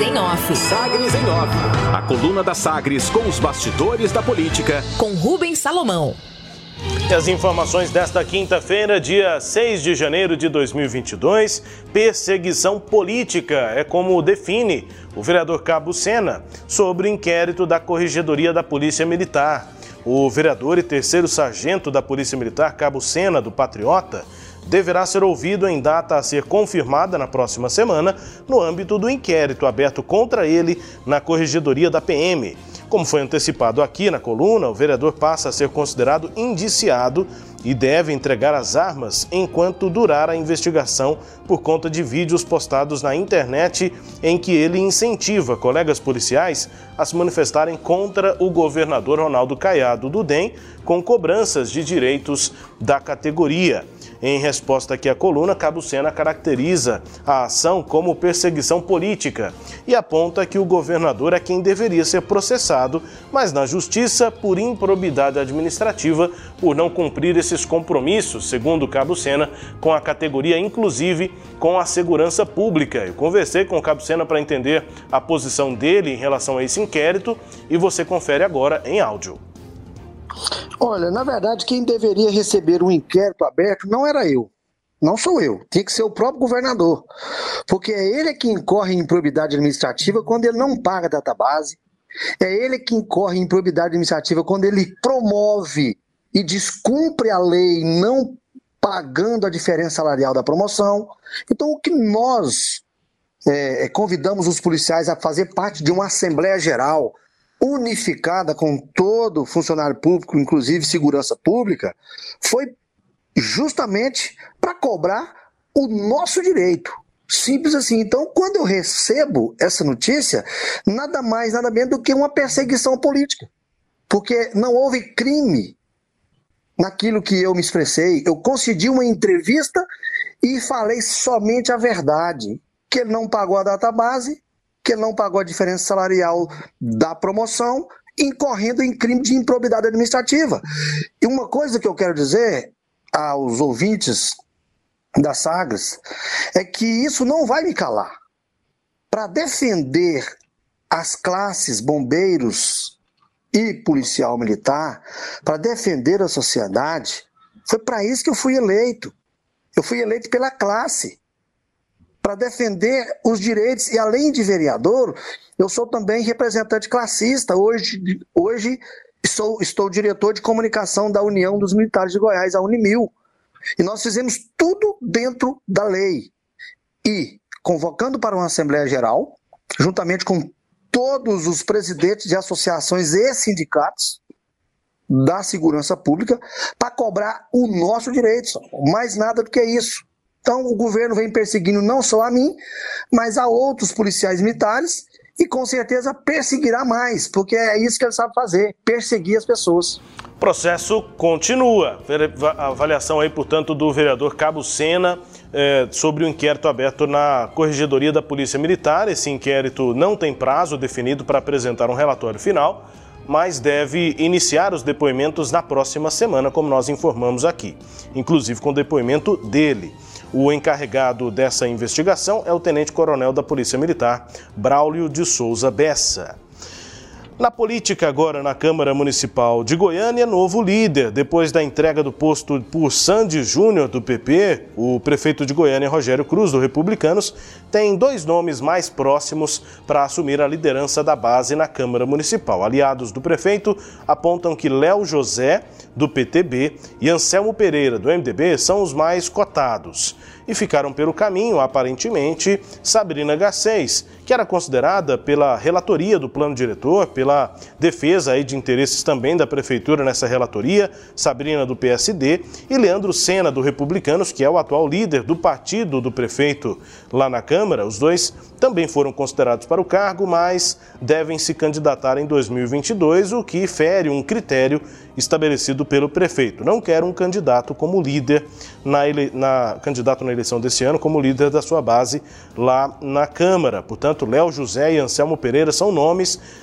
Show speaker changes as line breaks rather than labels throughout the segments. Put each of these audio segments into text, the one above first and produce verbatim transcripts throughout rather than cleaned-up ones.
em Off.
Sagres em Off. A coluna da Sagres com os bastidores da política.
Com Rubens Salomão.
E as informações desta quinta-feira, dia seis de janeiro de dois mil e vinte e dois, perseguição política é como define o vereador Cabo Sena sobre o inquérito da Corregedoria da Polícia Militar. O vereador e terceiro sargento da Polícia Militar, Cabo Sena, do Patriota, deverá ser ouvido em data a ser confirmada na próxima semana no âmbito do inquérito aberto contra ele na Corregedoria da P M. Como foi antecipado aqui na coluna, o vereador passa a ser considerado indiciado e deve entregar as armas enquanto durar a investigação por conta de vídeos postados na internet em que ele incentiva colegas policiais a se manifestarem contra o governador Ronaldo Caiado do D E M com cobranças de direitos da categoria. Em resposta aqui à coluna, Cabo Sena caracteriza a ação como perseguição política e aponta que o governador é quem deveria ser processado, mas na justiça por improbidade administrativa por não cumprir esses compromissos, segundo Cabo Sena, com a categoria, inclusive com a segurança pública. Eu conversei com o Cabo Sena para entender a posição dele em relação a esse inquérito e você confere agora em áudio.
Olha, na verdade, quem deveria receber um inquérito aberto não era eu, não sou eu, tem que ser o próprio governador, porque é ele que incorre em improbidade administrativa quando ele não paga a database, é ele que incorre em improbidade administrativa quando ele promove e descumpre a lei não pagando a diferença salarial da promoção. Então, o que nós é, convidamos os policiais a fazer parte de uma Assembleia Geral unificada com todo funcionário público, inclusive segurança pública, foi justamente para cobrar o nosso direito. Simples assim. Então, quando eu recebo essa notícia, nada mais, nada menos do que uma perseguição política. Porque não houve crime naquilo que eu me expressei. Eu concedi uma entrevista e falei somente a verdade, que ele não pagou a database, que ele não pagou a diferença salarial da promoção, incorrendo em crime de improbidade administrativa. E uma coisa que eu quero dizer aos ouvintes da Sagres é que isso não vai me calar. Para defender as classes bombeiros e policial militar, para defender a sociedade, foi para isso que eu fui eleito. Eu fui eleito pela classe, para defender os direitos, e além de vereador, eu sou também representante classista. Hoje, hoje sou, estou diretor de comunicação da União dos Militares de Goiás, a Unimil. E nós fizemos tudo dentro da lei. E convocando para uma Assembleia Geral, juntamente com todos os presidentes de associações e sindicatos da segurança pública, para cobrar o nosso direito. Mais nada do que isso. Então, o governo vem perseguindo não só a mim, mas a outros policiais militares e, com certeza, perseguirá mais, porque é isso que ele sabe fazer, perseguir as pessoas.
O processo continua. A avaliação aí, portanto, do vereador Cabo Sena é, sobre o inquérito aberto na Corregedoria da Polícia Militar. Esse inquérito não tem prazo definido para apresentar um relatório final, mas deve iniciar os depoimentos na próxima semana, como nós informamos aqui, inclusive com o depoimento dele. O encarregado dessa investigação é o tenente-coronel da Polícia Militar, Braulio de Souza Bessa. Na política agora na Câmara Municipal de Goiânia, novo líder. Depois da entrega do posto por Sandy Júnior do P P, o prefeito de Goiânia, Rogério Cruz, do Republicanos, tem dois nomes mais próximos para assumir a liderança da base na Câmara Municipal. Aliados do prefeito apontam que Léo José, do P T B, e Anselmo Pereira, do M D B, são os mais cotados. E ficaram pelo caminho, aparentemente, Sabrina Garcês, que era considerada pela relatoria do plano diretor, pela defesa aí de interesses também da prefeitura nessa relatoria, Sabrina do P S D, e Leandro Sena do Republicanos, que é o atual líder do partido do prefeito lá na Câmara. Os dois também foram considerados para o cargo, mas devem se candidatar em dois mil e vinte e dois, o que fere um critério estabelecido pelo prefeito. Não quer um candidato como líder na, ele... na candidato na eleição desse ano como líder da sua base lá na Câmara. Portanto, Léo José e Anselmo Pereira são nomes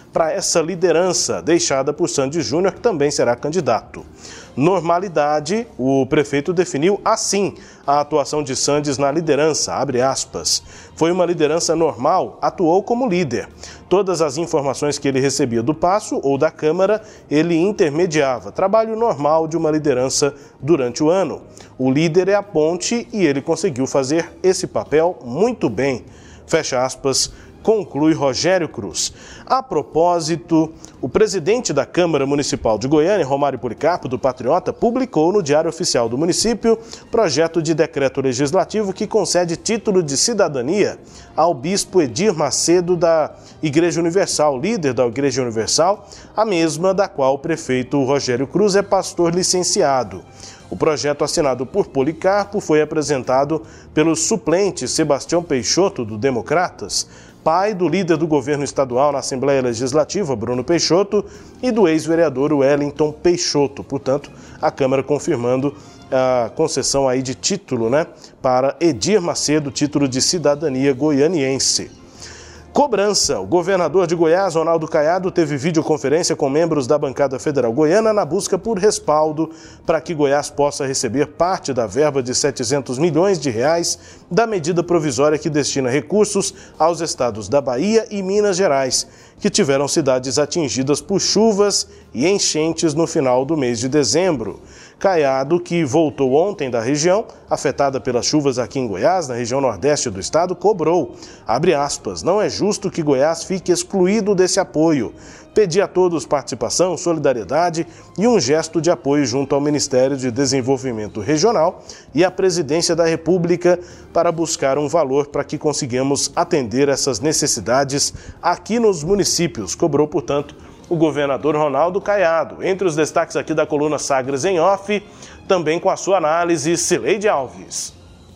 para essa liderança deixada por Sandy Júnior, que também será candidato. Normalidade, o prefeito definiu assim a atuação de Sandes na liderança, abre aspas. Foi uma liderança normal, atuou como líder. Todas as informações que ele recebia do Paço ou da Câmara, ele intermediava. Trabalho normal de uma liderança durante o ano. O líder é a ponte e ele conseguiu fazer esse papel muito bem. Fecha aspas. Conclui Rogério Cruz. A propósito, o presidente da Câmara Municipal de Goiânia, Romário Policarpo, do Patriota, publicou no Diário Oficial do município projeto de decreto legislativo que concede título de cidadania ao bispo Edir Macedo da Igreja Universal, líder da Igreja Universal, a mesma da qual o prefeito Rogério Cruz é pastor licenciado. O projeto assinado por Policarpo foi apresentado pelo suplente Sebastião Peixoto, do Democratas, pai do líder do governo estadual na Assembleia Legislativa, Bruno Peixoto, e do ex-vereador Wellington Peixoto. Portanto, a Câmara confirmando a concessão aí de título, né, para Edir Macedo, título de cidadania goianiense. Cobrança. O governador de Goiás, Ronaldo Caiado, teve videoconferência com membros da bancada federal goiana na busca por respaldo para que Goiás possa receber parte da verba de setecentos milhões de reais da medida provisória que destina recursos aos estados da Bahia e Minas Gerais, que tiveram cidades atingidas por chuvas e enchentes no final do mês de dezembro. Caiado, que voltou ontem da região, afetada pelas chuvas aqui em Goiás, na região nordeste do estado, cobrou, abre aspas, não é justo que Goiás fique excluído desse apoio. Pedi a todos participação, solidariedade e um gesto de apoio junto ao Ministério de Desenvolvimento Regional e à Presidência da República para buscar um valor para que consigamos atender essas necessidades aqui nos municípios. Cobrou, portanto, o governador Ronaldo Caiado. Entre os destaques aqui da coluna Sagres em Off, também com a sua análise, Cileide Alves.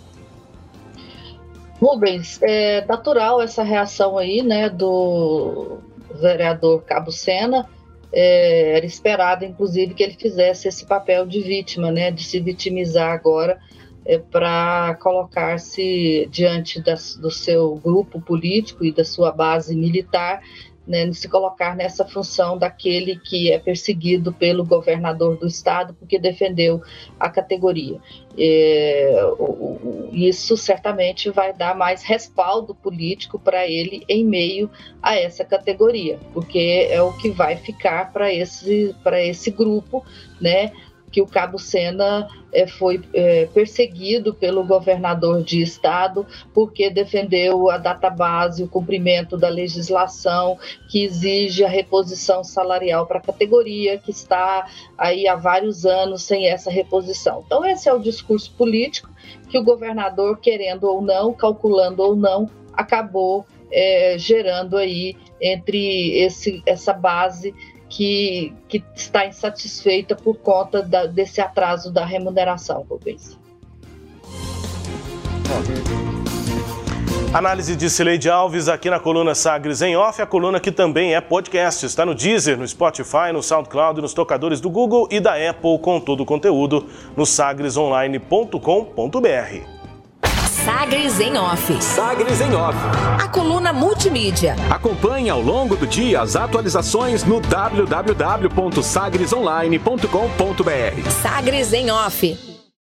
Rubens, é natural essa reação aí, né, do vereador Cabo Sena. É, era esperado, inclusive, que ele fizesse esse papel de vítima, né, de se vitimizar agora é, para colocar-se diante das, do seu grupo político e da sua base militar, né, se colocar nessa função daquele que é perseguido pelo governador do estado porque defendeu a categoria. É, isso certamente vai dar mais respaldo político para ele em meio a essa categoria, porque é o que vai ficar para esse, para esse grupo, né, que o Cabo Sena é, foi é, perseguido pelo governador de estado porque defendeu a database, o cumprimento da legislação que exige a reposição salarial para a categoria, que está aí há vários anos sem essa reposição. Então esse é o discurso político que o governador, querendo ou não, calculando ou não, acabou é, gerando aí entre esse, essa base Que, que está insatisfeita por conta da, desse atraso da remuneração, Rubens.
Análise de Cileide Alves aqui na coluna Sagres em Off, a coluna que também é podcast. Está no Deezer, no Spotify, no SoundCloud, nos tocadores do Google e da Apple, com todo o conteúdo no sagres online ponto com ponto b r.
Sagres em Off.
Sagres em Off.
A coluna multimídia.
Acompanhe ao longo do dia as atualizações no w w w ponto sagres online ponto com ponto b r.
Sagres em Off.